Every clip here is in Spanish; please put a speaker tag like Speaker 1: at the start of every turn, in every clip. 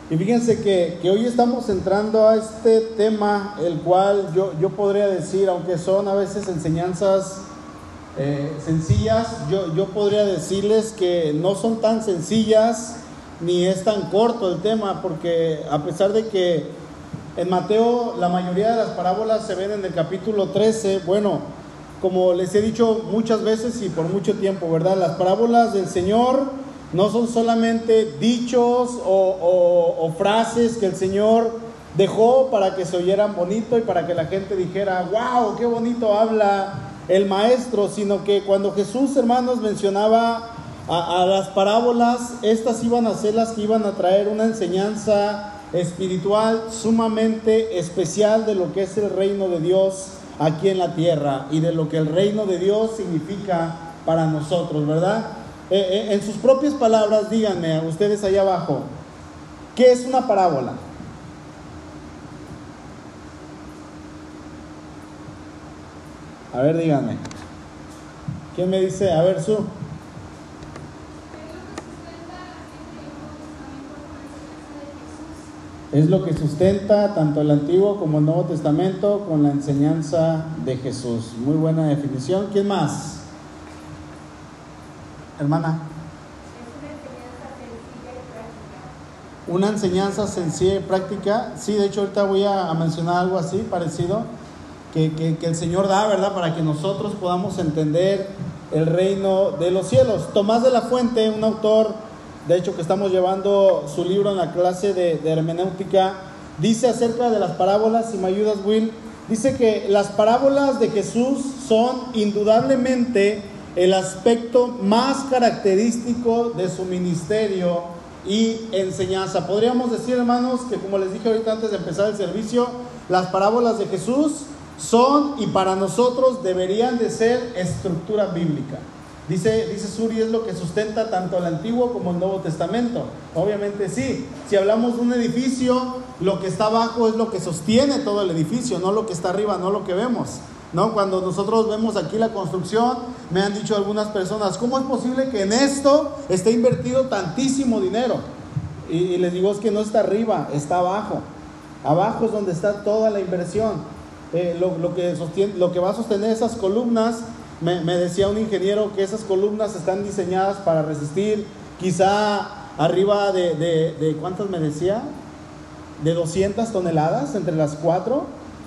Speaker 1: Y fíjense que hoy estamos entrando a este tema, el cual yo podría decir, aunque son a veces enseñanzas sencillas, yo podría decirles que no son tan sencillas ni es tan corto el tema, porque a pesar de que en Mateo la mayoría de las parábolas se ven en el capítulo 13, bueno, como les he dicho muchas veces y por mucho tiempo, ¿verdad? Las parábolas del Señor no son solamente dichos o frases que el Señor dejó para que se oyeran bonito y para que la gente dijera, wow, qué bonito habla el maestro, sino que cuando Jesús, hermanos, mencionaba a las parábolas, estas iban a ser las que iban a traer una enseñanza espiritual sumamente especial de lo que es el reino de Dios aquí en la tierra y de lo que el reino de Dios significa para nosotros, ¿verdad? En sus propias palabras, díganme ustedes allá abajo, ¿qué es una parábola? A ver, díganme. ¿Quién me dice? A ver, Su. Es lo que sustenta tanto el Antiguo como el Nuevo Testamento con la enseñanza de Jesús. Muy buena definición. ¿Quién más? Hermana. Es una enseñanza sencilla y práctica. Sí, de hecho ahorita voy a mencionar algo así, parecido, que el Señor da, ¿verdad? Para que nosotros podamos entender el reino de los cielos. Tomás de la Fuente, un autor, de hecho que estamos llevando su libro en la clase de hermenéutica, dice acerca de las parábolas, si me ayudas, Will, dice que las parábolas de Jesús son indudablemente el aspecto más característico de su ministerio y enseñanza. Podríamos decir, hermanos, que como les dije ahorita antes de empezar el servicio, las parábolas de Jesús son y para nosotros deberían de ser estructura bíblica. Dice Suri, es lo que sustenta tanto el Antiguo como el Nuevo Testamento. Obviamente sí, si hablamos de un edificio, lo que está abajo es lo que sostiene todo el edificio, no lo que está arriba, no lo que vemos, ¿no? Cuando nosotros vemos aquí la construcción, me han dicho algunas personas, ¿cómo es posible que en esto esté invertido tantísimo dinero? Y les digo, es que no está arriba, está abajo. Abajo es donde está toda la inversión. Lo que va a sostener esas columnas, me decía un ingeniero que esas columnas están diseñadas para resistir quizá arriba de ¿cuántas me decía? De 200 toneladas entre las cuatro.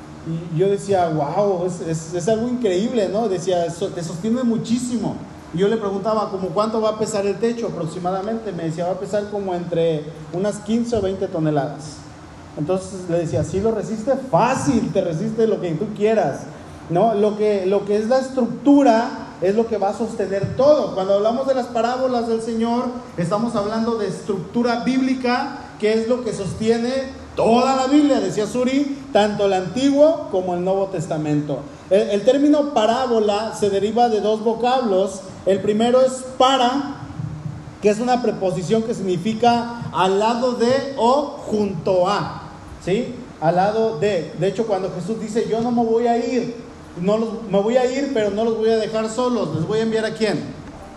Speaker 1: Y yo decía, wow, es algo increíble, ¿no? Decía, te sostiene muchísimo. Y yo le preguntaba, ¿cómo cuánto va a pesar el techo aproximadamente? Me decía, va a pesar como entre unas 15 o 20 toneladas. Entonces le decía, ¿sí lo resiste? Fácil, te resiste lo que tú quieras, ¿no? Lo que es la estructura es lo que va a sostener todo. Cuando hablamos de las parábolas del Señor, estamos hablando de estructura bíblica, que es lo que sostiene toda la Biblia, decía Suri, tanto el Antiguo como el Nuevo Testamento. El término parábola se deriva de dos vocablos. El primero es para, que es una preposición que significa al lado de o junto a, ¿sí? Al lado de. De hecho, cuando Jesús dice, yo no me voy a ir, me voy a ir, pero no los voy a dejar solos, ¿les voy a enviar a quién?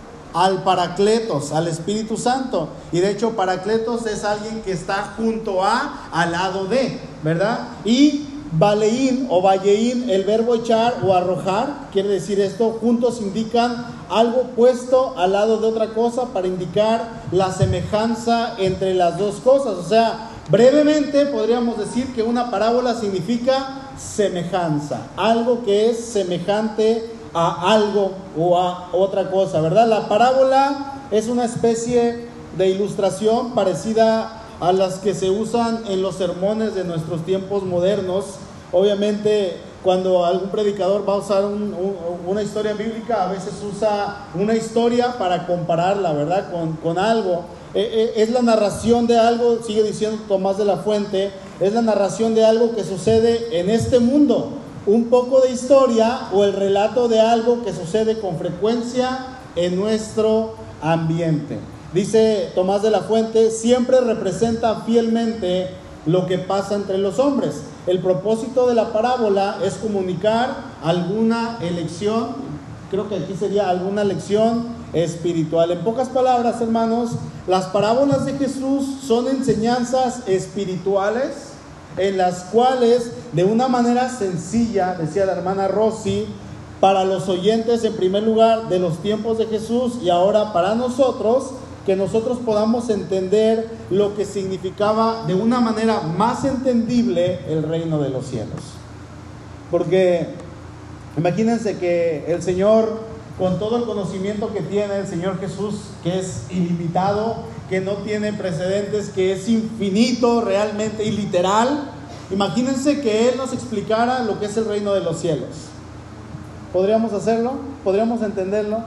Speaker 1: Al Paracletos, al Espíritu Santo. Y de hecho Paracletos es alguien que está junto a, al lado de, ¿verdad? Y Baleín o Valleín, el verbo echar o arrojar, quiere decir esto, juntos indican algo puesto al lado de otra cosa para indicar la semejanza entre las dos cosas. O sea, brevemente podríamos decir que una parábola significa semejanza, algo que es semejante a algo o a otra cosa, ¿verdad? La parábola es una especie de ilustración parecida a las que se usan en los sermones de nuestros tiempos modernos. Obviamente, cuando algún predicador va a usar una historia bíblica, a veces usa una historia para compararla, ¿verdad? Con algo. Es la narración de algo, sigue diciendo Tomás de la Fuente, es la narración de algo que sucede en este mundo. Un poco de historia o el relato de algo que sucede con frecuencia en nuestro ambiente. Dice Tomás de la Fuente, siempre representa fielmente lo que pasa entre los hombres. El propósito de la parábola es comunicar alguna elección, creo que aquí sería alguna lección espiritual. En pocas palabras, hermanos, las parábolas de Jesús son enseñanzas espirituales en las cuales, de una manera sencilla, decía la hermana Rosy, para los oyentes en primer lugar de los tiempos de Jesús y ahora para nosotros, que nosotros podamos entender lo que significaba de una manera más entendible el reino de los cielos. Porque imagínense que el Señor, con todo el conocimiento que tiene el Señor Jesús, que es ilimitado, que no tiene precedentes, que es infinito realmente y literal, imagínense que Él nos explicara lo que es el reino de los cielos. ¿Podríamos hacerlo? ¿Podríamos entenderlo?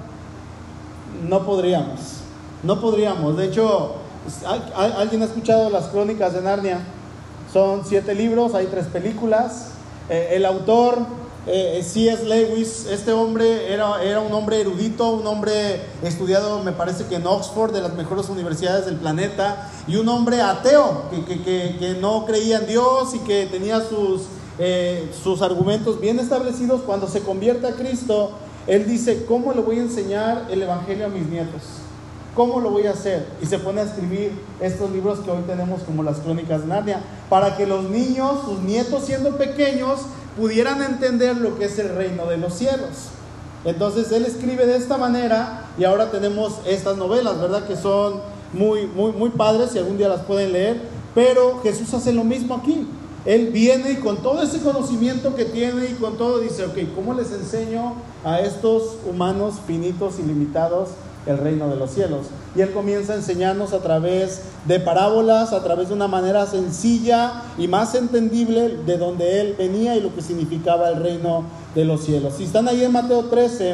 Speaker 1: No podríamos. No podríamos. De hecho, ¿alguien ha escuchado las Crónicas de Narnia? Son 7 libros, hay 3 películas. El autor, C.S. Lewis, este hombre era un hombre erudito, un hombre estudiado, me parece que en Oxford, de las mejores universidades del planeta, y un hombre ateo, que no creía en Dios y que tenía sus argumentos bien establecidos. Cuando se convierte a Cristo, él dice: ¿cómo le voy a enseñar el evangelio a mis nietos? ¿Cómo lo voy a hacer? Y se pone a escribir estos libros que hoy tenemos como las Crónicas de Narnia, para que los niños, sus nietos siendo pequeños, pudieran entender lo que es el reino de los cielos. Entonces él escribe de esta manera, y ahora tenemos estas novelas, ¿verdad? Que son muy, muy, muy padres, si algún día las pueden leer. Pero Jesús hace lo mismo aquí. Él viene y con todo ese conocimiento que tiene y con todo dice: ok, ¿cómo les enseño a estos humanos finitos y limitados el reino de los cielos? Y Él comienza a enseñarnos a través de parábolas, a través de una manera sencilla y más entendible de donde Él venía y lo que significaba el reino de los cielos. Si están ahí en Mateo 13,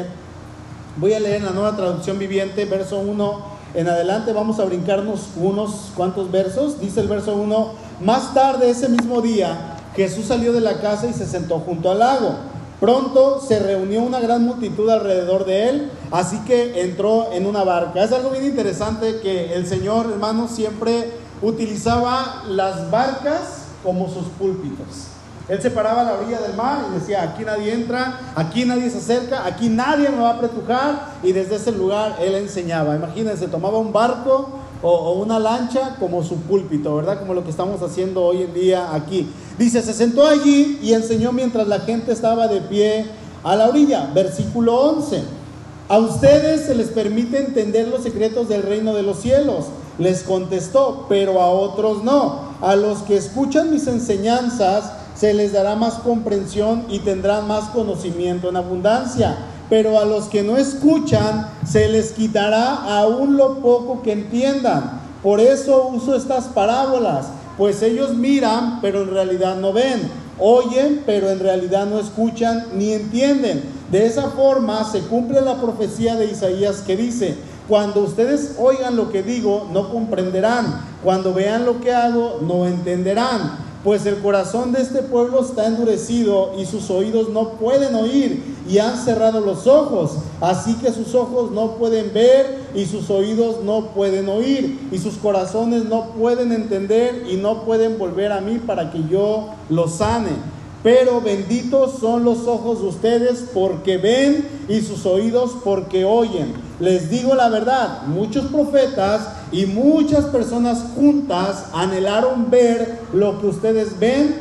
Speaker 1: voy a leer en la Nueva Traducción Viviente, verso 1 en adelante. Vamos a brincarnos unos cuantos versos. Dice el verso 1: más tarde ese mismo día, Jesús salió de la casa y se sentó junto al lago. Pronto se reunió una gran multitud alrededor de él, así que entró en una barca. Es algo bien interesante que el Señor, hermanos, siempre utilizaba las barcas como sus púlpitos. Él se paraba a la orilla del mar y decía: aquí nadie entra, aquí nadie se acerca, aquí nadie me va a apretujar. Y desde ese lugar Él enseñaba. Imagínense, tomaba un barco o una lancha como su púlpito, ¿verdad? Como lo que estamos haciendo hoy en día aquí. Dice: se sentó allí y enseñó mientras la gente estaba de pie a la orilla. Versículo 11: a ustedes se les permite entender los secretos del reino de los cielos. Les contestó: pero a otros no. A los que escuchan mis enseñanzas se les dará más comprensión y tendrán más conocimiento en abundancia. Pero a los que no escuchan se les quitará aún lo poco que entiendan. Por eso uso estas parábolas, pues ellos miran, pero en realidad no ven, oyen, pero en realidad no escuchan ni entienden. De esa forma se cumple la profecía de Isaías que dice: cuando ustedes oigan lo que digo, no comprenderán, cuando vean lo que hago, no entenderán. Pues el corazón de este pueblo está endurecido y sus oídos no pueden oír, y han cerrado los ojos, así que sus ojos no pueden ver y sus oídos no pueden oír, y sus corazones no pueden entender y no pueden volver a mí para que yo los sane. Pero benditos son los ojos de ustedes porque ven y sus oídos porque oyen. Les digo la verdad, muchos profetas y muchas personas juntas anhelaron ver lo que ustedes ven,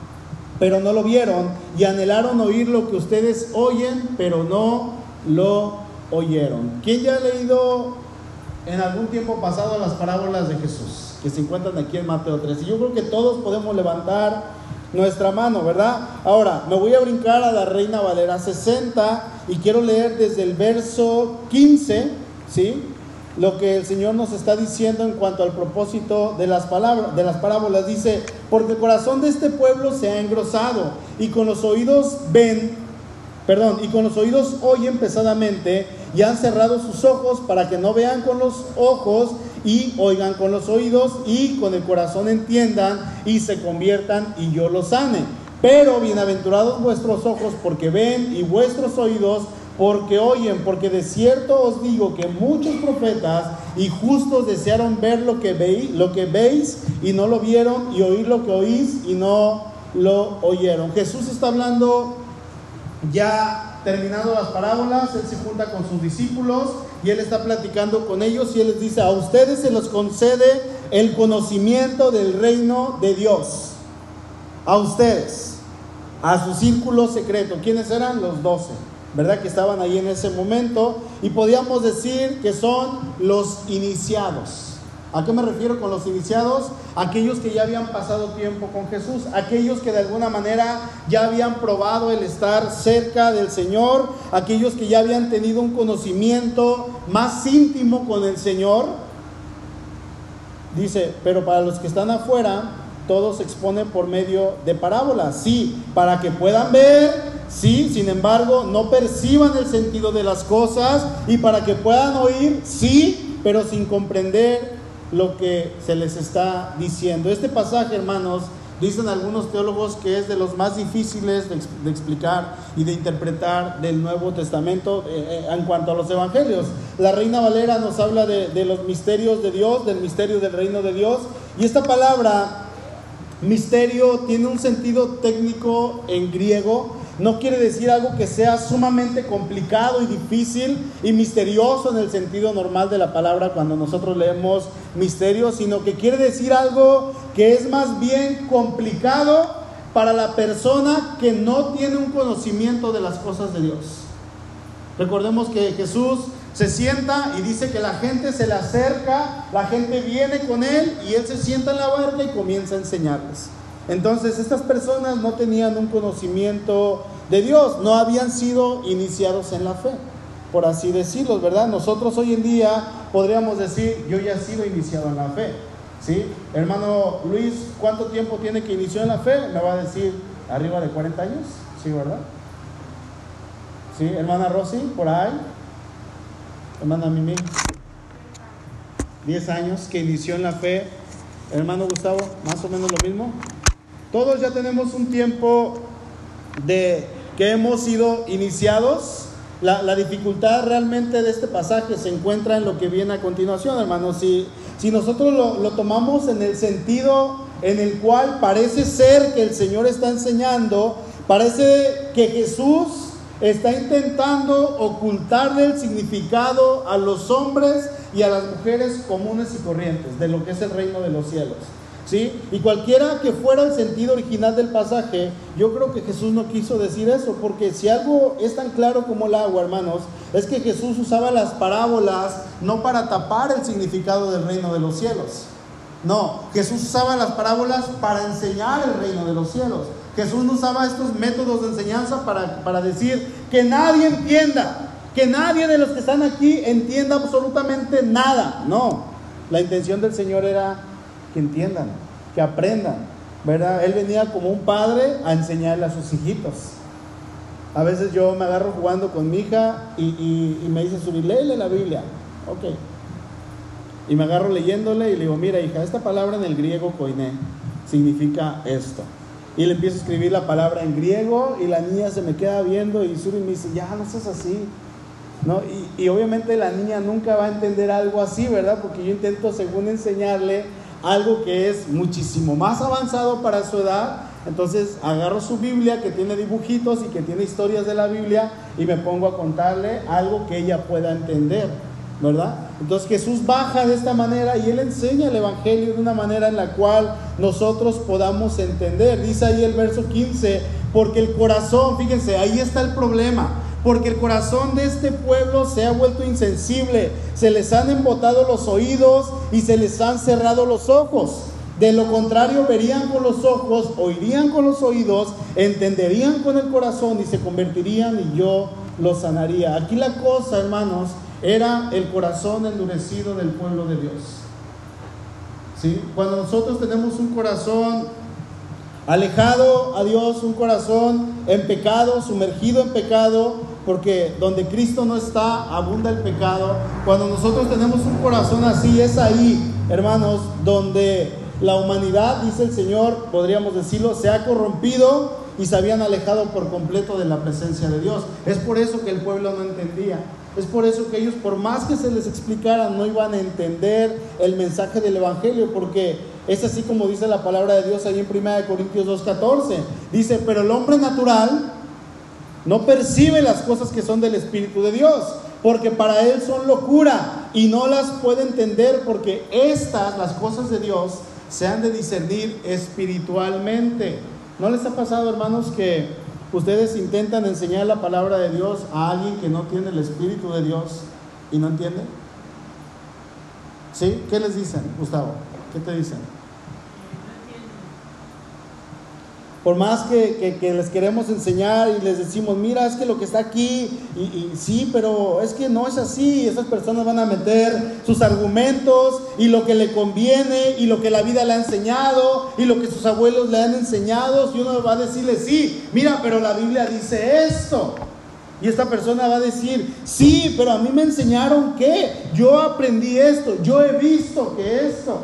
Speaker 1: pero no lo vieron, y anhelaron oír lo que ustedes oyen, pero no lo oyeron. ¿Quién ya ha leído en algún tiempo pasado las parábolas de Jesús, que se encuentran aquí en Mateo 13? Yo creo que todos podemos levantar nuestra mano, ¿verdad? Ahora, me voy a brincar a la Reina Valera 60 y quiero leer desde el verso 15, ¿sí? Lo que el Señor nos está diciendo en cuanto al propósito de las parábolas. Dice: porque el corazón de este pueblo se ha engrosado y con los oídos oyen pesadamente, y han cerrado sus ojos para que no vean con los ojos y oigan con los oídos y con el corazón entiendan y se conviertan y yo los sane. Pero bienaventurados vuestros ojos porque ven y vuestros oídos porque oyen, porque de cierto os digo que muchos profetas y justos desearon ver lo que veis y no lo vieron, y oír lo que oís y no lo oyeron. Jesús está hablando, ya terminando las parábolas. Él se junta con sus discípulos y Él está platicando con ellos y Él les dice: a ustedes se les concede el conocimiento del reino de Dios. A ustedes, a su círculo secreto. ¿Quiénes eran? Los 12, ¿verdad? Que estaban ahí en ese momento, y podíamos decir que son los iniciados. ¿A qué me refiero con los iniciados? Aquellos que ya habían pasado tiempo con Jesús, aquellos que de alguna manera ya habían probado el estar cerca del Señor, aquellos que ya habían tenido un conocimiento más íntimo con el Señor. Dice: pero para los que están afuera, todo se expone por medio de parábolas, sí, para que puedan ver, sí, sin embargo, no perciban el sentido de las cosas, y para que puedan oír, sí, pero sin comprender lo que se les está diciendo. Este pasaje, hermanos, dicen algunos teólogos que es de los más difíciles de explicar y de interpretar del Nuevo Testamento en cuanto a los evangelios. La Reina Valera nos habla de los misterios de Dios, del misterio del reino de Dios, y esta palabra misterio tiene un sentido técnico en griego. No quiere decir algo que sea sumamente complicado y difícil y misterioso en el sentido normal de la palabra cuando nosotros leemos misterio, sino que quiere decir algo que es más bien complicado para la persona que no tiene un conocimiento de las cosas de Dios. Recordemos que Jesús se sienta y dice que la gente se le acerca, la gente viene con Él y Él se sienta en la barca y comienza a enseñarles. Entonces estas personas no tenían un conocimiento de Dios, no habían sido iniciados en la fe, por así decirlo, ¿verdad? Nosotros hoy en día podríamos decir: yo ya he sido iniciado en la fe, ¿sí? Hermano Luis, ¿cuánto tiempo tiene que inició en la fe? Me va a decir: arriba de 40 años, ¿sí, verdad? ¿Sí? Hermana Rosy, por ahí. Hermana Mimi, 10 años que inició en la fe. Hermano Gustavo, más o menos lo mismo. Todos ya tenemos un tiempo de que hemos sido iniciados. La dificultad realmente de este pasaje se encuentra en lo que viene a continuación, hermanos. Si nosotros lo tomamos en el sentido en el cual parece ser que el Señor está enseñando, parece que Jesús está intentando ocultarle el significado a los hombres y a las mujeres comunes y corrientes de lo que es el reino de los cielos, ¿sí? Y cualquiera que fuera el sentido original del pasaje, yo creo que Jesús no quiso decir eso, porque si algo es tan claro como el agua, hermanos, es que Jesús usaba las parábolas no para tapar el significado del reino de los cielos. No, Jesús usaba las parábolas para enseñar el reino de los cielos. Jesús no usaba estos métodos de enseñanza para decir que nadie entienda, que nadie de los que están aquí entienda absolutamente nada. No, la intención del Señor era que entiendan, que aprendan, ¿verdad? Él venía como un padre a enseñarle a sus hijitos. A veces yo me agarro jugando con mi hija y me dice: subir, léele la Biblia. Ok. Y me agarro leyéndole y le digo: mira, hija, esta palabra en el griego koiné significa esto. Y le empiezo a escribir la palabra en griego y la niña se me queda viendo y Suri me dice: ya no seas así, ¿no? Y obviamente la niña nunca va a entender algo así, ¿verdad? Porque yo intento según enseñarle algo que es muchísimo más avanzado para su edad. Entonces agarro su Biblia que tiene dibujitos y que tiene historias de la Biblia y me pongo a contarle algo que ella pueda entender, ¿verdad? Entonces Jesús baja de esta manera y Él enseña el Evangelio de una manera en la cual nosotros podamos entender. Dice ahí el verso 15, porque el corazón, fíjense, ahí está el problema, porque el corazón de este pueblo se ha vuelto insensible, se les han embotado los oídos y se les han cerrado los ojos. De lo contrario, verían con los ojos, oirían con los oídos, entenderían con el corazón y se convertirían y yo los sanaría. Aquí la cosa, hermanos, era el corazón endurecido del pueblo de Dios, ¿sí? Cuando nosotros tenemos un corazón alejado a Dios, un corazón en pecado, sumergido en pecado, porque donde Cristo no está, abunda el pecado. Cuando nosotros tenemos un corazón así, es ahí, hermanos, donde la humanidad, dice el Señor, podríamos decirlo, se ha corrompido y se habían alejado por completo de la presencia de Dios. Es por eso que el pueblo no entendía. Es por eso que ellos, por más que se les explicara, no iban a entender el mensaje del Evangelio, porque es así como dice la palabra de Dios ahí en 1 Corintios 2:14. Dice: pero el hombre natural no percibe las cosas que son del Espíritu de Dios, porque para él son locura y no las puede entender, porque las cosas de Dios, se han de discernir espiritualmente. ¿No les ha pasado, hermanos, que ustedes intentan enseñar la palabra de Dios a alguien que no tiene el Espíritu de Dios y no entiende? ¿Sí? ¿Qué les dicen, Gustavo? ¿Qué te dicen? Por más que les queremos enseñar y les decimos, mira, es que lo que está aquí, y sí, pero es que no es así. Esas personas van a meter sus argumentos y lo que le conviene y lo que la vida le ha enseñado y lo que sus abuelos le han enseñado. Y uno va a decirle, sí, mira, pero la Biblia dice esto. Y esta persona va a decir, sí, pero a mí me enseñaron que yo aprendí esto, yo he visto que esto.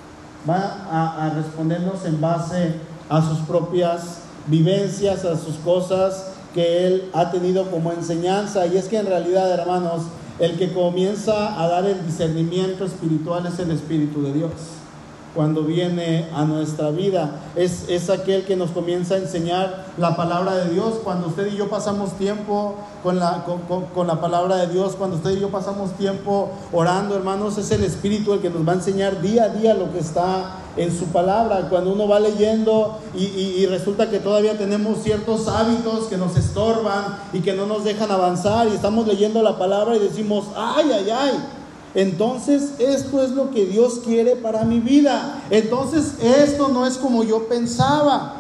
Speaker 1: Va a respondernos en base a sus propias vivencias, a sus cosas que él ha tenido como enseñanza. Y es que en realidad, hermanos, el que comienza a dar el discernimiento espiritual es el Espíritu de Dios. Cuando viene a nuestra vida, es aquel que nos comienza a enseñar la palabra de Dios. Cuando usted y yo pasamos tiempo con la palabra de Dios, cuando usted y yo pasamos tiempo orando, hermanos, es el Espíritu el que nos va a enseñar día a día lo que está en su palabra. Cuando uno va leyendo y resulta que todavía tenemos ciertos hábitos que nos estorban y que no nos dejan avanzar, y estamos leyendo la palabra y decimos, ay, ay, ay, entonces esto es lo que Dios quiere para mi vida, entonces esto no es como yo pensaba.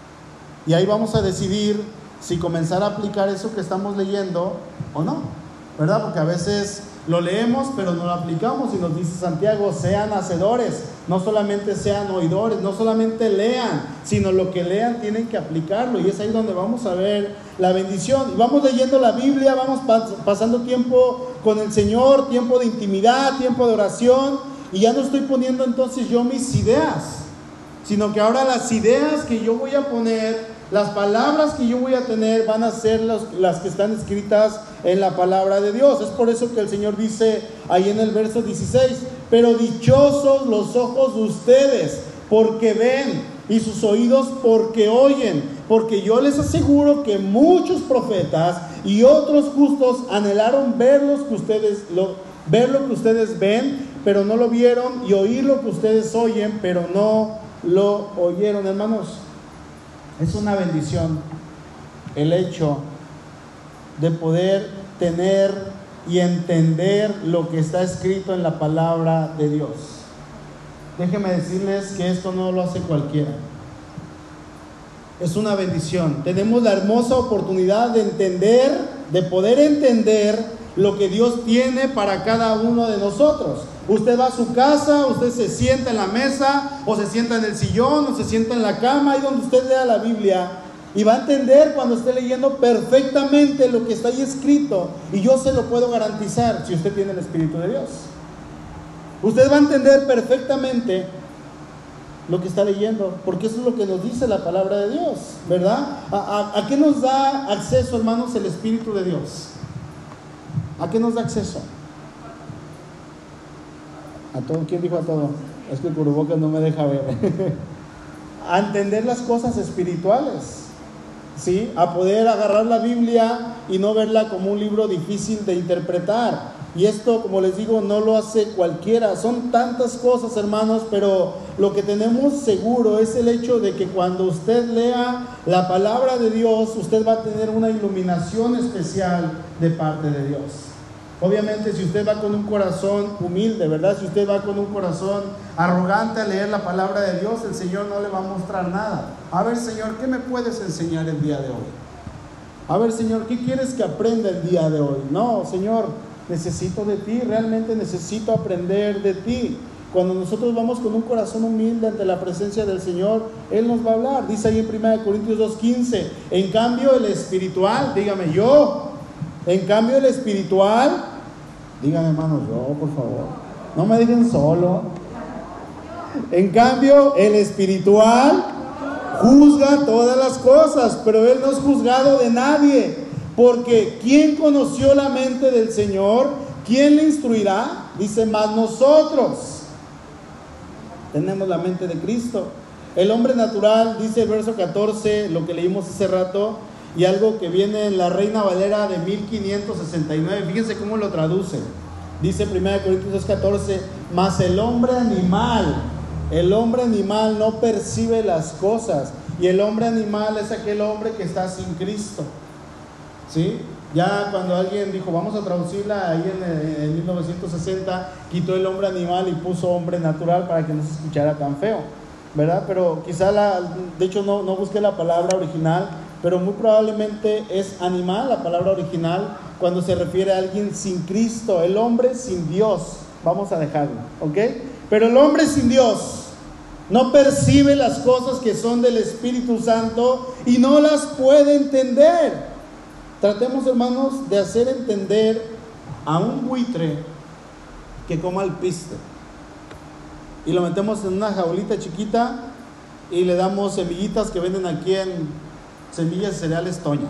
Speaker 1: Y ahí vamos a decidir si comenzar a aplicar eso que estamos leyendo o no, ¿verdad? Porque a veces lo leemos pero no lo aplicamos, y nos dice Santiago, sean hacedores, no solamente sean oidores, no solamente lean, sino lo que lean tienen que aplicarlo. Y es ahí donde vamos a ver la bendición. Y vamos leyendo la Biblia, vamos pasando tiempo con el Señor, tiempo de intimidad, tiempo de oración, y ya no estoy poniendo entonces yo mis ideas, sino que ahora las ideas que yo voy a poner, las palabras que yo voy a tener, van a ser las que están escritas en la palabra de Dios. Es por eso que el Señor dice ahí en el verso 16, pero dichosos los ojos de ustedes porque ven, y sus oídos porque oyen, porque yo les aseguro que muchos profetas y otros justos anhelaron ver lo que ustedes ven, pero no lo vieron, y oír lo que ustedes oyen, pero no lo oyeron. Hermanos, es una bendición el hecho de poder tener y entender lo que está escrito en la palabra de Dios. Déjenme decirles que esto no lo hace cualquiera. Es una bendición. Tenemos la hermosa oportunidad de entender, de poder entender lo que Dios tiene para cada uno de nosotros. Usted va a su casa, usted se sienta en la mesa, o se sienta en el sillón, o se sienta en la cama, ahí donde usted lea la Biblia, y va a entender cuando esté leyendo perfectamente lo que está ahí escrito. Y yo se lo puedo garantizar, si usted tiene el Espíritu de Dios, usted va a entender perfectamente lo que está leyendo, porque eso es lo que nos dice la palabra de Dios, ¿verdad? ¿A qué nos da acceso, hermanos, el Espíritu de Dios? ¿A qué nos da acceso? ¿A todo? ¿Quién dijo a todo? Es que el cubrebocas no me deja ver. A entender las cosas espirituales, ¿sí? A poder agarrar la Biblia y no verla como un libro difícil de interpretar. Y esto, como les digo, no lo hace cualquiera. Son tantas cosas, hermanos, pero lo que tenemos seguro es el hecho de que cuando usted lea la palabra de Dios, usted va a tener una iluminación especial de parte de Dios. Obviamente, si usted va con un corazón humilde, ¿verdad? Si usted va con un corazón arrogante a leer la palabra de Dios, el Señor no le va a mostrar nada. A ver, Señor, ¿qué me puedes enseñar el día de hoy? A ver, Señor, ¿qué quieres que aprenda el día de hoy? No, Señor, necesito de ti, realmente necesito aprender de ti. Cuando nosotros vamos con un corazón humilde ante la presencia del Señor, Él nos va a hablar. Dice ahí en 1 Corintios 2:15, en cambio el espiritual, dígame yo, en cambio el espiritual, dígame hermano yo, por favor, no me dejen solo. En cambio el espiritual juzga todas las cosas, pero Él no es juzgado de nadie. Porque ¿quién conoció la mente del Señor? ¿Quién le instruirá? Dice, más nosotros tenemos la mente de Cristo. El hombre natural, dice el verso 14, lo que leímos hace rato, y algo que viene en la Reina Valera de 1569. Fíjense cómo lo traduce. Dice 1 Corintios 2:14, mas el hombre animal no percibe las cosas, y el hombre animal es aquel hombre que está sin Cristo. ¿Sí? Ya cuando alguien dijo, vamos a traducirla, ahí en 1960, quitó el hombre animal y puso hombre natural para que no se escuchara tan feo, ¿verdad? Pero quizá, de hecho no busqué la palabra original, pero muy probablemente es animal la palabra original cuando se refiere a alguien sin Cristo, el hombre sin Dios. Vamos a dejarlo, ¿ok? Pero el hombre sin Dios no percibe las cosas que son del Espíritu Santo y no las puede entender. Tratemos, hermanos, de hacer entender a un buitre que coma alpiste y lo metemos en una jaulita chiquita y le damos semillitas que venden aquí en Semillas de Cereales Toña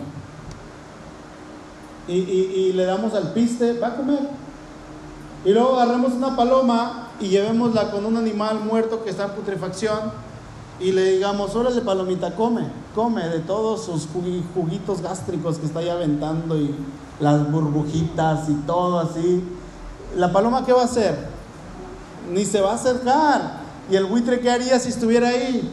Speaker 1: y le damos alpiste, va a comer. Y luego agarremos una paloma y llevémosla con un animal muerto que está en putrefacción y le digamos, órale palomita, come de todos sus juguitos gástricos que está ahí aventando y las burbujitas y todo así. ¿La paloma qué va a hacer? Ni se va a acercar. ¿Y el buitre qué haría si estuviera ahí?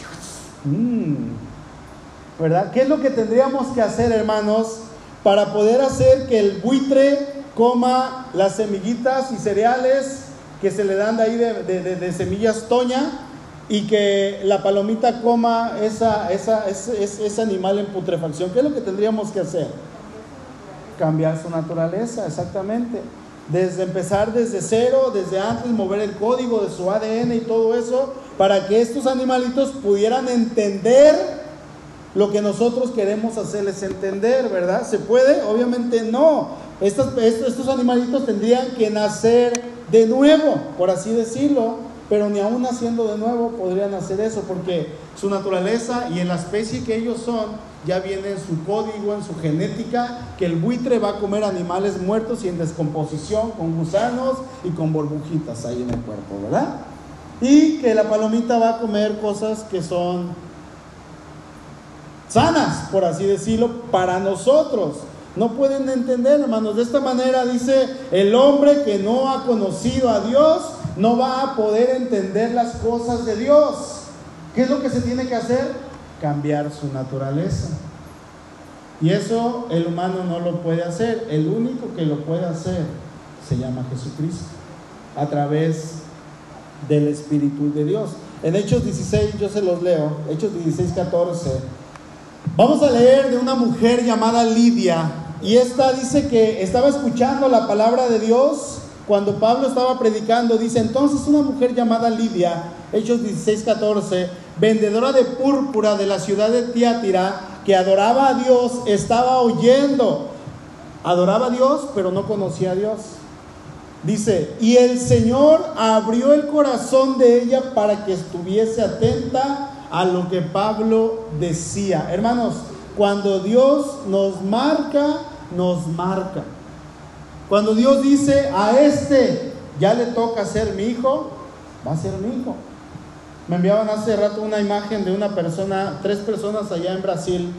Speaker 1: ¿Verdad? ¿Qué es lo que tendríamos que hacer, hermanos, para poder hacer que el buitre coma las semillitas y cereales que se le dan de ahí de semillas Toña, y que la palomita coma ese animal en putrefacción? ¿Qué es lo que tendríamos que hacer? Cambiar su naturaleza, exactamente. Empezar desde cero, desde antes, mover el código de su ADN y todo eso, para que estos animalitos pudieran entender lo que nosotros queremos hacerles entender, ¿verdad? ¿Se puede? Obviamente no. Estos animalitos tendrían que nacer de nuevo, por así decirlo, pero ni aún naciendo de nuevo podrían hacer eso, porque su naturaleza y en la especie que ellos son, ya viene en su código, en su genética, que el buitre va a comer animales muertos y en descomposición, con gusanos y con burbujitas ahí en el cuerpo, ¿verdad? Y que la palomita va a comer cosas que son sanas, por así decirlo, para nosotros. No pueden entender, hermanos. De esta manera dice, el hombre que no ha conocido a Dios no va a poder entender las cosas de Dios. ¿Qué es lo que se tiene que hacer? Cambiar su naturaleza. Y eso el humano no lo puede hacer. El único que lo puede hacer se llama Jesucristo, a través del Espíritu de Dios. En Hechos 16, yo se los leo, Hechos 16:14. Vamos a leer de una mujer llamada Lidia, y esta dice que estaba escuchando la palabra de Dios cuando Pablo estaba predicando. Dice, entonces una mujer llamada Lidia, Hechos 16:14, vendedora de púrpura de la ciudad de Tiatira, que adoraba a Dios, estaba oyendo. Adoraba a Dios, pero no conocía a Dios. Dice, y el Señor abrió el corazón de ella para que estuviese atenta a lo que Pablo decía. Hermanos, cuando Dios nos marca, nos marca. Cuando Dios dice, a este ya le toca ser mi hijo, va a ser mi hijo. Me enviaban hace rato una imagen de una persona, 3 personas allá en Brasil,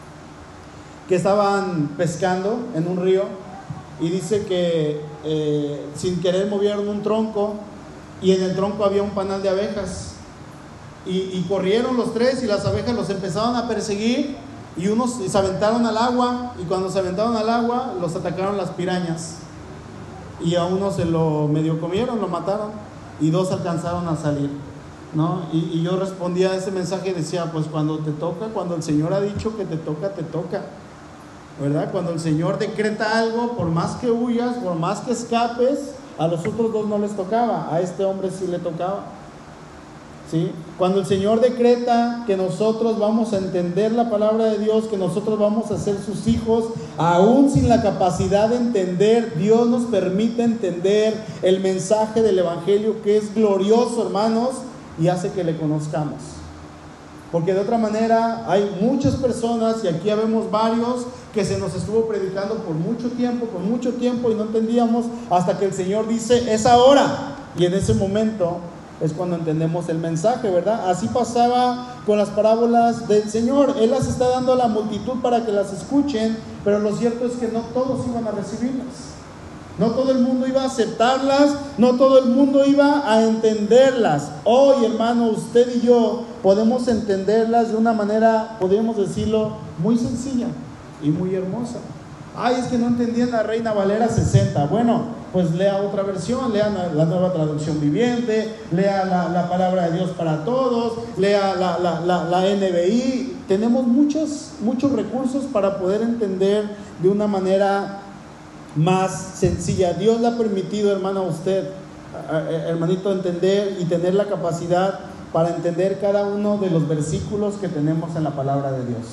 Speaker 1: que estaban pescando en un río, y dice que sin querer movieron un tronco, y en el tronco había un panal de abejas. Y corrieron los 3 y las abejas los empezaron a perseguir, y unos se aventaron al agua, y cuando se aventaron al agua los atacaron las pirañas, y a uno se lo medio comieron, lo mataron, y 2 alcanzaron a salir, ¿no? Y yo respondía a ese mensaje y decía, pues cuando te toca, cuando el Señor ha dicho que te toca, ¿verdad? Cuando el Señor decreta algo, por más que huyas, por más que escapes, a los otros 2 no les tocaba, a este hombre sí le tocaba. ¿Sí? Cuando el Señor decreta que nosotros vamos a entender la palabra de Dios, que nosotros vamos a ser sus hijos, aún sin la capacidad de entender, Dios nos permite entender el mensaje del Evangelio, que es glorioso, hermanos, y hace que le conozcamos. Porque de otra manera hay muchas personas, y aquí ya vemos varios, que se nos estuvo predicando por mucho tiempo y no entendíamos, hasta que el Señor dice, es ahora, y en ese momento es cuando entendemos el mensaje, ¿verdad? Así pasaba con las parábolas del Señor. Él las está dando a la multitud para que las escuchen, pero lo cierto es que no todos iban a recibirlas. No todo el mundo iba a aceptarlas, no todo el mundo iba a entenderlas. Hoy, hermano, usted y yo podemos entenderlas de una manera, podríamos decirlo, muy sencilla y muy hermosa. Ay, es que no entendían la Reina Valera 60. Bueno, pues lea otra versión, lea la Nueva Traducción Viviente, lea la Palabra de Dios para Todos, lea la NBI. Tenemos muchos recursos para poder entender de una manera más sencilla. Dios le ha permitido, hermano, a usted, hermanito, entender y tener la capacidad para entender cada uno de los versículos que tenemos en la palabra de Dios.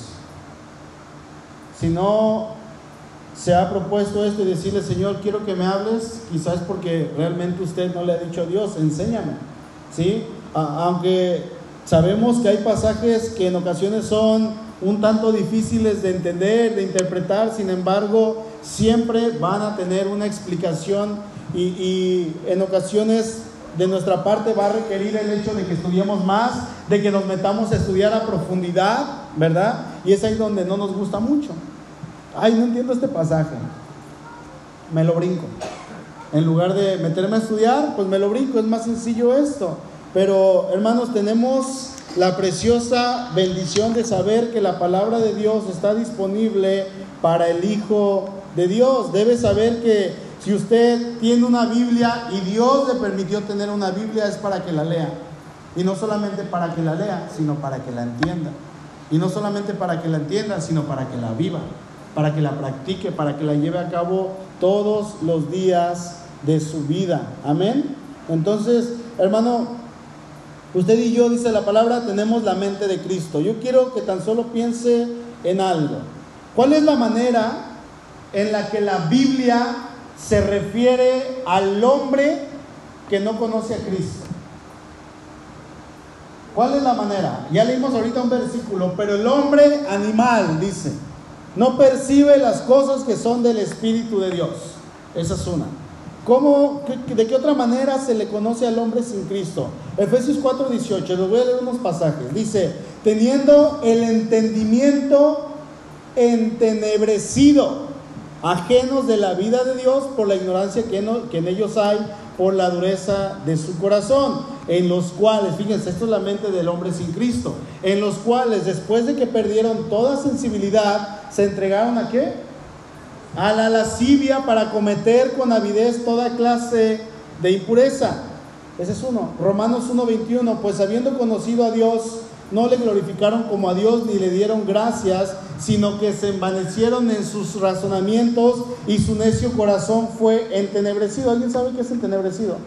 Speaker 1: Si no se ha propuesto esto y decirle: Señor, quiero que me hables, quizás porque realmente usted no le ha dicho a Dios: enséñame, ¿sí? Aunque sabemos que hay pasajes que en ocasiones son un tanto difíciles de entender, de interpretar, sin embargo, siempre van a tener una explicación y en ocasiones de nuestra parte va a requerir el hecho de que estudiemos más, de que nos metamos a estudiar a profundidad, ¿verdad? Y es ahí donde no nos gusta mucho. Ay, no entiendo este pasaje, me lo brinco. En lugar de meterme a estudiar, pues me lo brinco, es más sencillo esto. Pero, hermanos, tenemos la preciosa bendición de saber que la palabra de Dios está disponible para el Hijo de Dios. Debe saber que si usted tiene una Biblia y Dios le permitió tener una Biblia, es para que la lea. Y no solamente para que la lea, sino para que la entienda. Y no solamente para que la entienda, sino para que la viva, para que la practique, para que la lleve a cabo todos los días de su vida. Amén. Entonces, hermano, usted y yo, dice la palabra, tenemos la mente de Cristo. Yo quiero que tan solo piense en algo. ¿Cuál es la manera en la que la Biblia se refiere al hombre que no conoce a Cristo? ¿Cuál es la manera? Ya leímos ahorita un versículo, pero el hombre animal, dice, no percibe las cosas que son del Espíritu de Dios. Esa es una. ¿De qué otra manera se le conoce al hombre sin Cristo? Efesios 4:18, les voy a leer unos pasajes. Dice: teniendo el entendimiento entenebrecido, ajenos de la vida de Dios por la ignorancia que en ellos hay, por la dureza de su corazón, en los cuales, fíjense, esto es la mente del hombre sin Cristo, en los cuales, después de que perdieron toda sensibilidad, se entregaron ¿a qué? A la lascivia, para cometer con avidez toda clase de impureza. Ese es uno. Romanos 1:21, pues habiendo conocido a Dios, no le glorificaron como a Dios ni le dieron gracias, sino que se envanecieron en sus razonamientos y su necio corazón fue entenebrecido. ¿Alguien sabe qué es entenebrecido?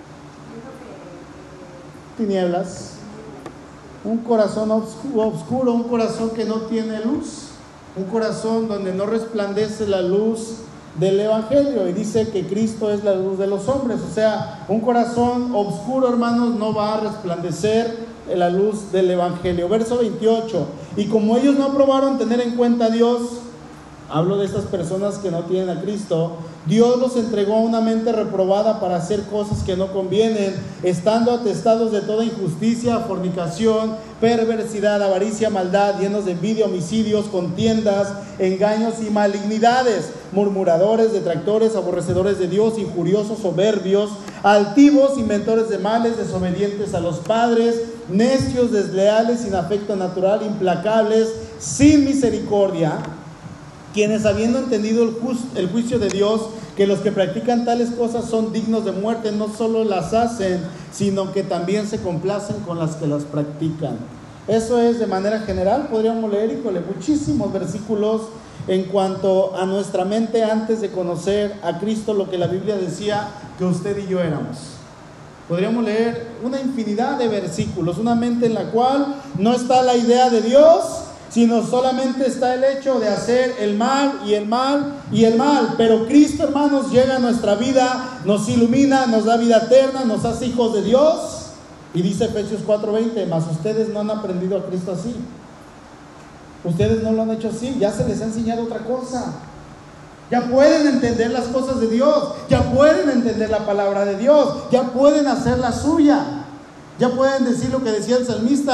Speaker 1: Tinieblas. Un corazón oscuro, un corazón que no tiene luz. Un corazón donde no resplandece la luz del Evangelio. Y dice que Cristo es la luz de los hombres. O sea, un corazón oscuro, hermanos, no va a resplandecer la luz del Evangelio. Verso 28. Y como ellos no aprobaron tener en cuenta a Dios, hablo de estas personas que no tienen a Cristo, Dios los entregó a una mente reprobada para hacer cosas que no convienen, estando atestados de toda injusticia, fornicación, perversidad, avaricia, maldad, llenos de envidia, homicidios, contiendas, engaños y malignidades, murmuradores, detractores, aborrecedores de Dios, injuriosos, soberbios, altivos, inventores de males, desobedientes a los padres, necios, desleales, sin afecto natural, implacables, sin misericordia, quienes, habiendo entendido el juicio de Dios, que los que practican tales cosas son dignos de muerte, no solo las hacen, sino que también se complacen con las que las practican. Eso es de manera general. Podríamos leer, muchísimos versículos en cuanto a nuestra mente antes de conocer a Cristo, lo que la Biblia decía que usted y yo éramos. Podríamos leer una infinidad de versículos, una mente en la cual no está la idea de Dios, sino solamente está el hecho de hacer el mal y el mal y el mal. Pero Cristo, hermanos, llega a nuestra vida, nos ilumina, nos da vida eterna, nos hace hijos de Dios. Y dice Efesios 4:20, mas ustedes no han aprendido a Cristo así. Ustedes no lo han hecho así, ya se les ha enseñado otra cosa. Ya pueden entender las cosas de Dios, ya pueden entender la palabra de Dios, ya pueden hacer la suya. Ya pueden decir lo que decía el salmista: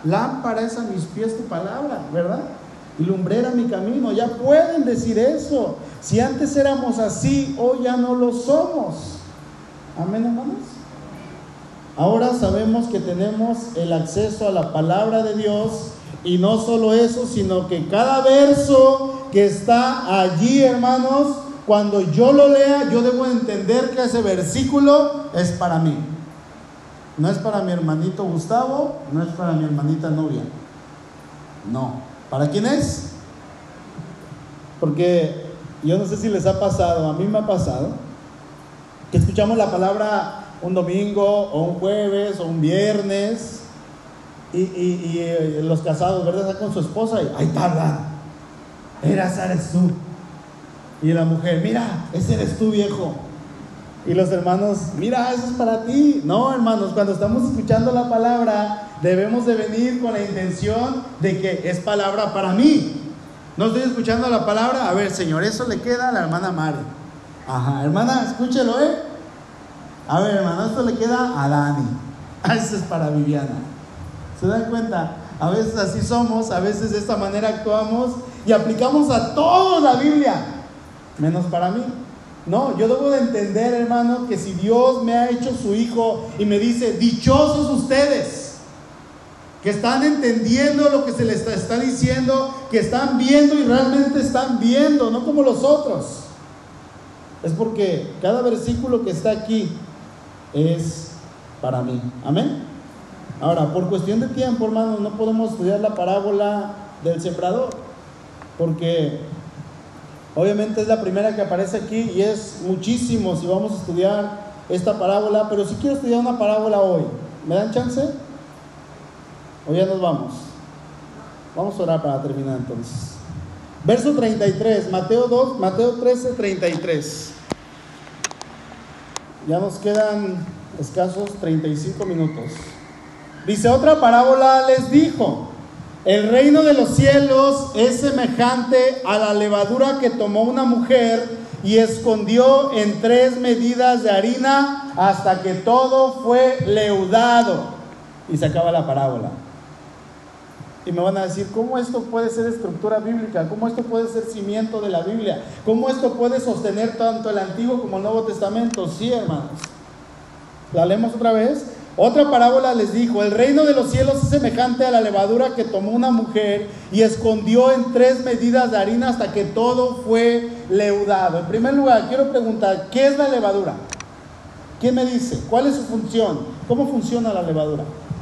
Speaker 1: lámpara es a mis pies tu palabra, ¿verdad? Y lumbrera mi camino. Ya pueden decir eso. Si antes éramos así, hoy ya no lo somos. Amén, hermanos. Ahora sabemos que tenemos el acceso a la palabra de Dios, y no solo eso, sino que cada verso que está allí, hermanos, cuando yo lo lea, yo debo entender que ese versículo es para mí. No es para mi hermanito Gustavo, no es para mi hermanita Nubia. No. ¿Para quién es? Porque yo no sé si les ha pasado, a mí me ha pasado, que escuchamos la palabra un domingo, o un jueves, o un viernes, y los casados, ¿verdad?, están con su esposa y ahí tardan. Esa eres tú. Y la mujer, mira, ese eres tú, viejo. Y los hermanos, mira, eso es para ti. No, hermanos, cuando estamos escuchando la palabra, debemos de venir con la intención de que es palabra para mí. No estoy escuchando la palabra, a ver, Señor, eso le queda a la hermana Mari. Ajá, hermana, escúchelo, A ver, hermano, esto le queda a Dani. Eso es para Viviana. ¿Se dan cuenta? A veces así somos, a veces de esta manera actuamos y aplicamos a todos la Biblia, menos para mí. No, yo debo de entender, hermano, que si Dios me ha hecho su hijo y me dice, dichosos ustedes, que están entendiendo lo que se les está diciendo, que están viendo y realmente están viendo, no como los otros. Es porque cada versículo que está aquí es para mí. Amén. Ahora, por cuestión de tiempo, hermanos, no podemos estudiar la parábola del sembrador, porque obviamente es la primera que aparece aquí y es muchísimo si vamos a estudiar esta parábola. Pero si quiero estudiar una parábola hoy, ¿me dan chance? ¿O ya nos vamos? Vamos a orar para terminar entonces. Verso 33, Mateo 13, 33. Ya nos quedan escasos 35 minutos. Dice, otra parábola les dijo: el reino de los cielos es semejante a la levadura que tomó una mujer y escondió en 3 medidas de harina hasta que todo fue leudado. Y se acaba la parábola. Y me van a decir, ¿cómo esto puede ser estructura bíblica? ¿Cómo esto puede ser cimiento de la Biblia? ¿Cómo esto puede sostener tanto el Antiguo como el Nuevo Testamento? Sí, hermanos. ¿La leemos otra vez? Otra parábola les dijo: el reino de los cielos es semejante a la levadura que tomó una mujer y escondió en 3 medidas de harina hasta que todo fue leudado. En primer lugar, quiero preguntar, ¿qué es la levadura? ¿Quién me dice? ¿Cuál es su función? ¿Cómo funciona la levadura?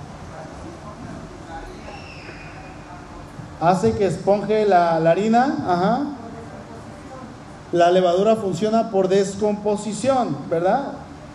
Speaker 1: Hace que esponje la harina. Ajá. La levadura funciona por descomposición, ¿verdad?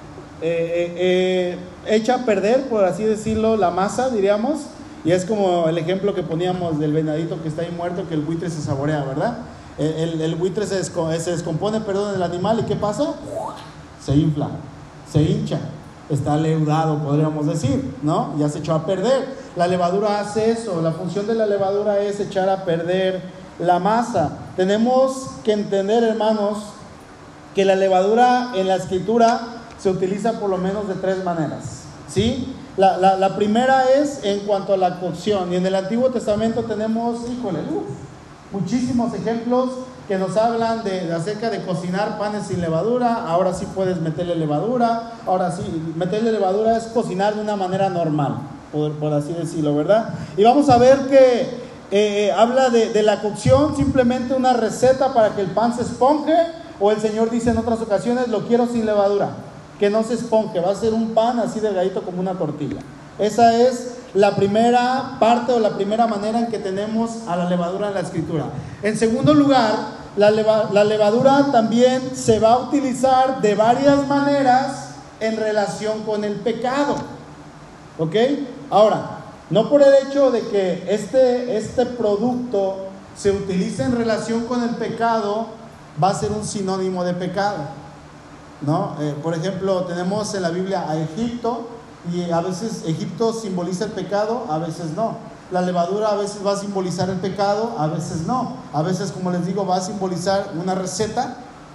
Speaker 1: Echa a perder, por así decirlo, la masa, diríamos. Y es como el ejemplo que poníamos del venadito que está ahí muerto, que el buitre se saborea, ¿verdad? El buitre se descompone, del animal, ¿y qué pasa? Se infla, se hincha, está leudado, podríamos decir, ¿no? Ya se echó a perder. La levadura hace eso. La función de la levadura es echar a perder la masa. Tenemos que entender, hermanos, que la levadura en la Escritura se utiliza por lo menos de 3 maneras, ¿sí? La primera es en cuanto a la cocción. Y en el Antiguo Testamento tenemos, muchísimos ejemplos que nos hablan acerca de cocinar panes sin levadura. Ahora sí puedes meterle levadura. Ahora sí, meterle levadura es cocinar de una manera normal, por así decirlo, ¿verdad? Y vamos a ver que habla de la cocción, simplemente una receta para que el pan se esponje. O el Señor dice en otras ocasiones, lo quiero sin levadura, que no se esponje, va a ser un pan así delgadito como una tortilla. Esa es la primera parte o la primera manera en que tenemos a la levadura en la Escritura. En segundo lugar, la levadura también se va a utilizar de varias maneras en relación con el pecado, ¿ok? Ahora, no por el hecho de que este producto se utilice en relación con el pecado, va a ser un sinónimo de pecado, ¿no? Por ejemplo, tenemos en la Biblia a Egipto, y a veces Egipto simboliza el pecado, a veces no. La levadura a veces va a simbolizar el pecado, a veces no. A veces, como les digo, va a simbolizar una receta,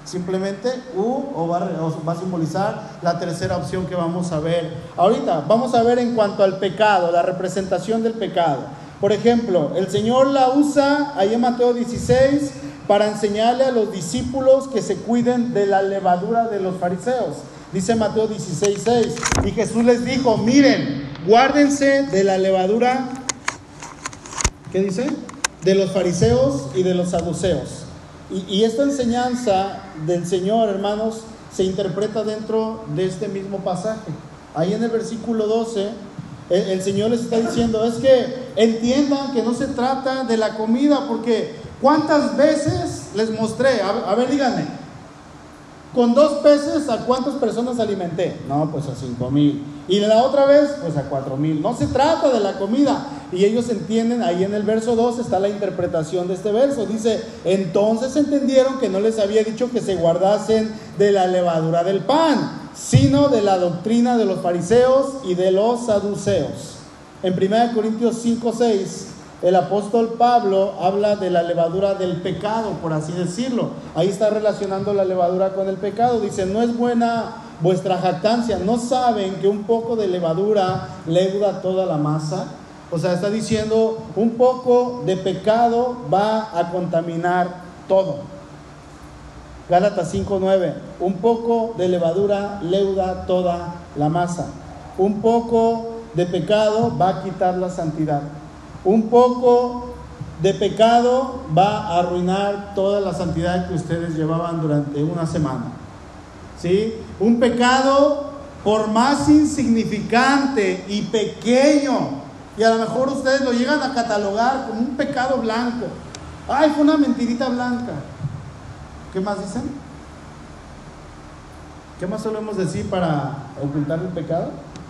Speaker 1: Simplemente o va a simbolizar la tercera opción que vamos a ver. Ahorita vamos a ver en cuanto al pecado, la representación del pecado. Por ejemplo, el Señor la usa ahí en Mateo 16 para enseñarle a los discípulos que se cuiden de la levadura de los fariseos. Dice Mateo 16:6, y Jesús les dijo, miren, guárdense de la levadura, ¿qué dice? De los fariseos y de los saduceos. Y esta enseñanza del Señor, hermanos, se interpreta dentro de este mismo pasaje. Ahí en el versículo 12, el Señor les está diciendo, es que entiendan que no se trata de la comida, porque ¿cuántas veces les mostré? A ver, díganme, con 2 peces, ¿a cuántas personas alimenté? No, pues a 5,000. Y la otra vez, pues a 4,000. No se trata de la comida. Y ellos entienden, ahí en el verso 2 está la interpretación de este verso. Dice, entonces entendieron que no les había dicho que se guardasen de la levadura del pan, sino de la doctrina de los fariseos y de los saduceos. En 1 Corintios 5:6, el apóstol Pablo habla de la levadura del pecado, por así decirlo. Ahí está relacionando la levadura con el pecado. Dice, no es buena vuestra jactancia. ¿No saben que un poco de levadura leuda toda la masa? O sea, está diciendo, un poco de pecado va a contaminar todo. Gálatas 5:9, un poco de levadura leuda toda la masa. Un poco de pecado va a quitar la santidad. Un poco de pecado va a arruinar toda la santidad que ustedes llevaban durante una semana. ¿Sí? Un pecado, por más insignificante y pequeño, y a lo mejor ustedes lo llegan a catalogar como un pecado blanco. Ay, fue una mentirita blanca. ¿Qué más dicen? ¿Qué más solemos decir para ocultar el pecado?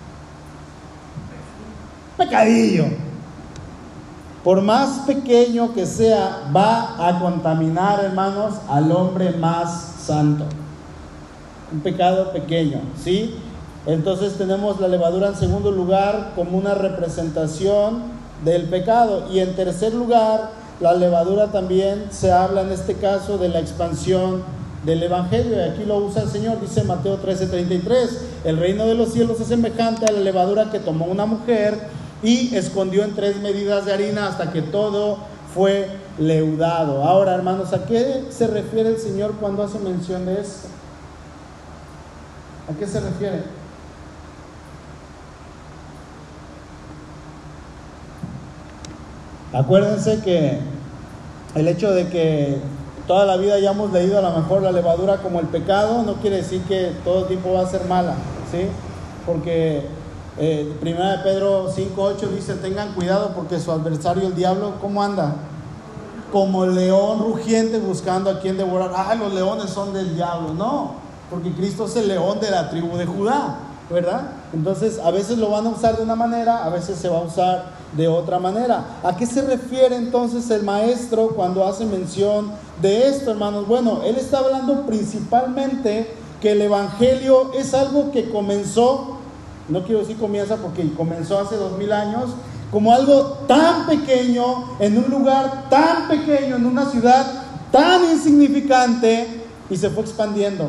Speaker 1: Pecadillo. Por más pequeño que sea, va a contaminar, hermanos, al hombre más santo. Un pecado pequeño, ¿sí? Entonces tenemos la levadura en segundo lugar como una representación del pecado. Y en tercer lugar, la levadura también se habla en este caso de la expansión del evangelio. Y aquí lo usa el Señor, dice Mateo 13:33. El reino de los cielos es semejante a la levadura que tomó una mujer y escondió en 3 medidas de harina hasta que todo fue leudado. Ahora, hermanos, ¿a qué se refiere el Señor cuando hace mención de esto? ¿A qué se refiere? Acuérdense que el hecho de que toda la vida hayamos leído a lo mejor la levadura como el pecado, no quiere decir que todo el tiempo va a ser mala, ¿sí? Porque 1 Pedro 5:8 dice, tengan cuidado porque su adversario el diablo, ¿cómo anda? Como león rugiente buscando a quien devorar. Ah, los leones son del diablo. No, porque Cristo es el león de la tribu de Judá, ¿verdad? Entonces a veces lo van a usar de una manera, a veces se va a usar de otra manera. ¿A qué se refiere entonces el maestro cuando hace mención de esto, hermanos? Bueno, él está hablando principalmente que el evangelio es algo que comenzó, no quiero decir comienza porque comenzó hace 2000 años, como algo tan pequeño, en un lugar tan pequeño, en una ciudad tan insignificante, y se fue expandiendo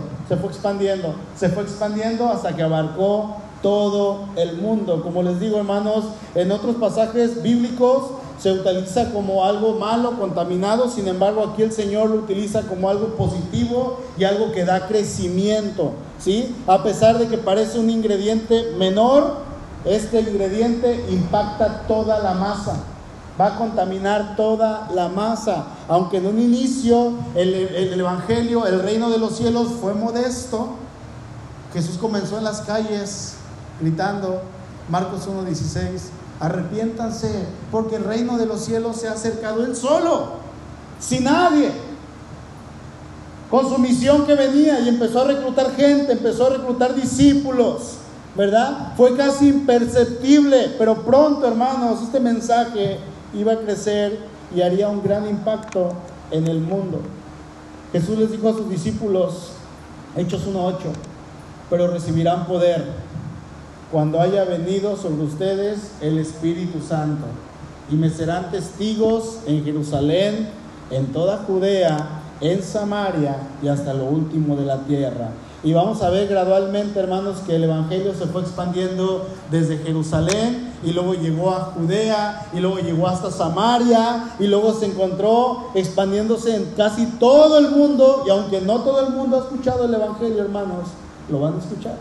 Speaker 1: hasta que abarcó todo el mundo. Como les digo, hermanos, en otros pasajes bíblicos se utiliza como algo malo, contaminado. Sin embargo, aquí el Señor lo utiliza como algo positivo y algo que da crecimiento, ¿sí? A pesar de que parece un ingrediente menor, este ingrediente impacta toda la masa, va a contaminar toda la masa. Aunque en un inicio el evangelio, el reino de los cielos fue modesto, Jesús comenzó en las calles gritando, Marcos 1:16, arrepiéntanse porque el reino de los cielos se ha acercado. Él solo, sin nadie, con su misión que venía, y empezó a reclutar gente, empezó a reclutar discípulos, ¿verdad? Fue casi imperceptible, pero pronto, hermanos, este mensaje iba a crecer y haría un gran impacto en el mundo. Jesús les dijo a sus discípulos, Hechos 1:8, pero recibirán poder cuando haya venido sobre ustedes el Espíritu Santo, y me serán testigos en Jerusalén, en toda Judea en Samaria y hasta lo último de la tierra. Y vamos a ver gradualmente, hermanos, que el evangelio se fue expandiendo desde Jerusalén y luego llegó a Judea y luego llegó hasta Samaria y luego se encontró expandiéndose en casi todo el mundo. Y aunque no todo el mundo ha escuchado el evangelio, hermanos, lo van a escuchar.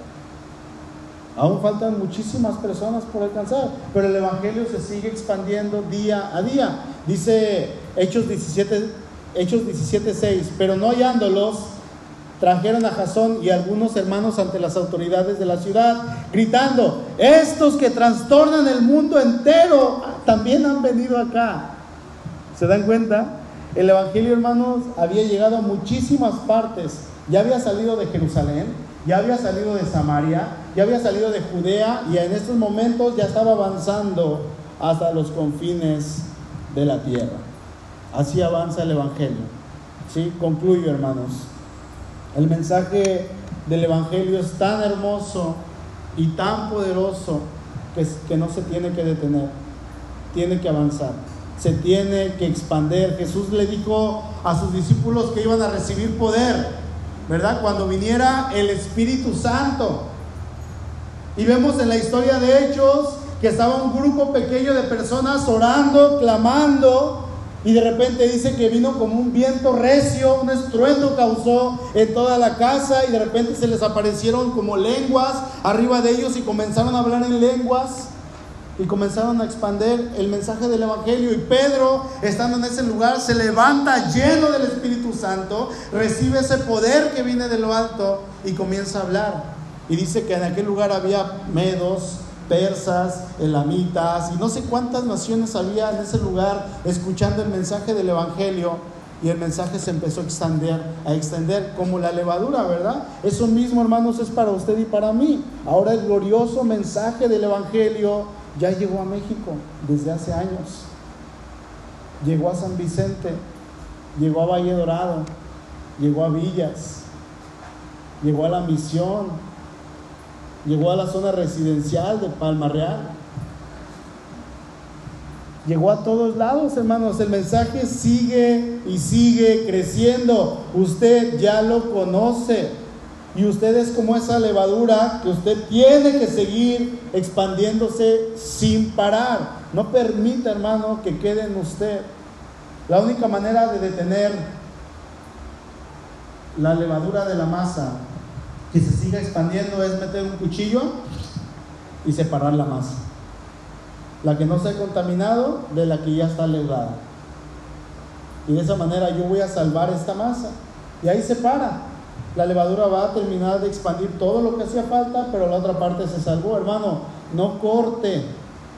Speaker 1: Aún faltan muchísimas personas por alcanzar, pero el evangelio se sigue expandiendo día a día. Dice Hechos 17:6, pero no hallándolos, trajeron a Jasón y algunos hermanos ante las autoridades de la ciudad, gritando: estos que trastornan el mundo entero también han venido acá. ¿Se dan cuenta? El evangelio, hermanos, había llegado a muchísimas partes. Ya había salido de Jerusalén, ya había salido de Samaria, ya había salido de Judea, y en estos momentos ya estaba avanzando hasta los confines de la tierra. Así avanza el evangelio. ¿Sí? Concluyo, hermanos. El mensaje del evangelio es tan hermoso y tan poderoso que no se tiene que detener, tiene que avanzar, se tiene que expandir. Jesús le dijo a sus discípulos que iban a recibir poder, ¿verdad?, cuando viniera el Espíritu Santo. Y vemos en la historia de Hechos que estaba un grupo pequeño de personas orando, clamando, y de repente dice que vino como un viento recio, un estruendo causó en toda la casa, y de repente se les aparecieron como lenguas arriba de ellos y comenzaron a hablar en lenguas y comenzaron a expandir el mensaje del evangelio. Y Pedro, estando en ese lugar, se levanta lleno del Espíritu Santo, recibe ese poder que viene de lo alto y comienza a hablar. Y dice que en aquel lugar había medos, persas, elamitas y no sé cuántas naciones había en ese lugar escuchando el mensaje del evangelio, y el mensaje se empezó a extender como la levadura, ¿verdad? Eso mismo, hermanos, es para usted y para mí. Ahora el glorioso mensaje del evangelio ya llegó a México desde hace años. Llegó a San Vicente, llegó a Valle Dorado, llegó a Villas, llegó a La Misión, llegó a la zona residencial de Palma Real, llegó a todos lados, hermanos. El mensaje sigue y sigue creciendo. Usted ya lo conoce, y usted es como esa levadura que usted tiene que seguir expandiéndose sin parar. No permita, hermano, que quede en usted. La única manera de detener la levadura de la masa que se siga expandiendo es meter un cuchillo y separar la masa, la que no se ha contaminado de la que ya está leudada, y de esa manera yo voy a salvar esta masa. Y ahí se para. La levadura va a terminar de expandir todo lo que hacía falta, pero la otra parte se salvó. Hermano, no corte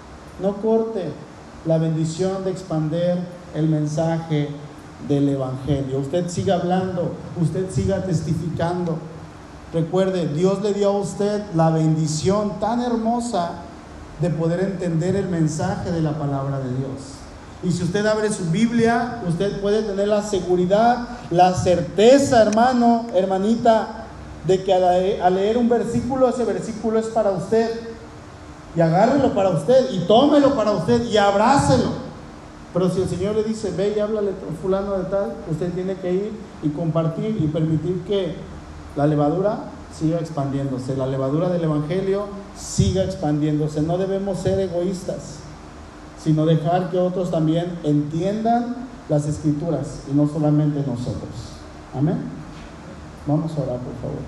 Speaker 1: la bendición de expandir el mensaje del evangelio. Usted siga hablando, usted siga testificando. Recuerde, Dios le dio a usted la bendición tan hermosa de poder entender el mensaje de la palabra de Dios. Y si usted abre su Biblia, usted puede tener la seguridad, la certeza, hermano, hermanita, de que al leer un versículo, ese versículo es para usted. Y agárrelo para usted, y tómelo para usted, y abrácelo. Pero si el Señor le dice: ve y háblale a fulano de tal, usted tiene que ir y compartir y permitir que la levadura siga expandiéndose, la levadura del evangelio siga expandiéndose. No debemos ser egoístas, sino dejar que otros también entiendan las escrituras, y no solamente nosotros. Amén. Vamos a orar, por favor.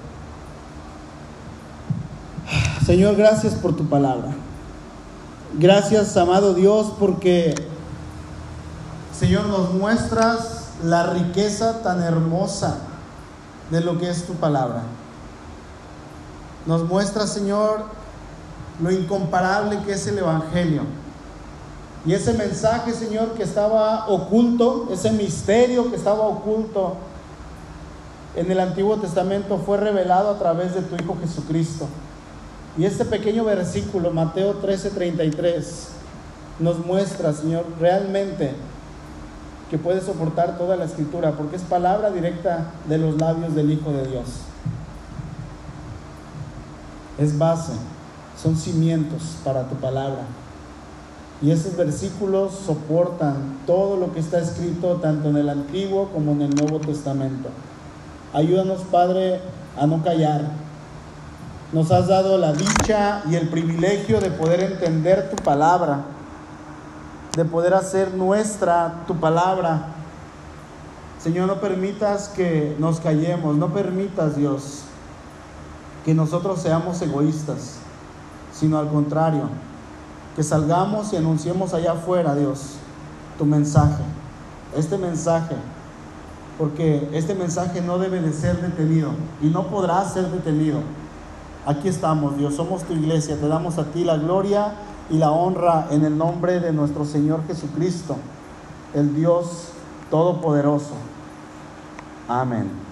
Speaker 1: Señor, gracias por tu palabra. Gracias, amado Dios, porque, Señor, nos muestras la riqueza tan hermosa de lo que es tu palabra. Nos muestras, Señor, lo incomparable que es el evangelio. Y ese mensaje, Señor, que estaba oculto, ese misterio que estaba oculto en el Antiguo Testamento, fue revelado a través de tu Hijo Jesucristo. Y este pequeño versículo, Mateo 13:33, nos muestra, Señor, realmente que puede soportar toda la escritura, porque es palabra directa de los labios del Hijo de Dios. Es base, son cimientos para tu palabra. Y esos versículos soportan todo lo que está escrito tanto en el Antiguo como en el Nuevo Testamento. Ayúdanos, Padre, a no callar. Nos has dado la dicha y el privilegio de poder entender tu palabra, de poder hacer nuestra tu palabra. Señor, no permitas que nos callemos, no permitas, Dios, que nosotros seamos egoístas, sino al contrario, que salgamos y anunciemos allá afuera, Dios, tu mensaje, este mensaje, porque este mensaje no debe de ser detenido y no podrá ser detenido. Aquí estamos, Dios, somos tu iglesia, te damos a ti la gloria y la honra en el nombre de nuestro Señor Jesucristo, el Dios Todopoderoso. Amén.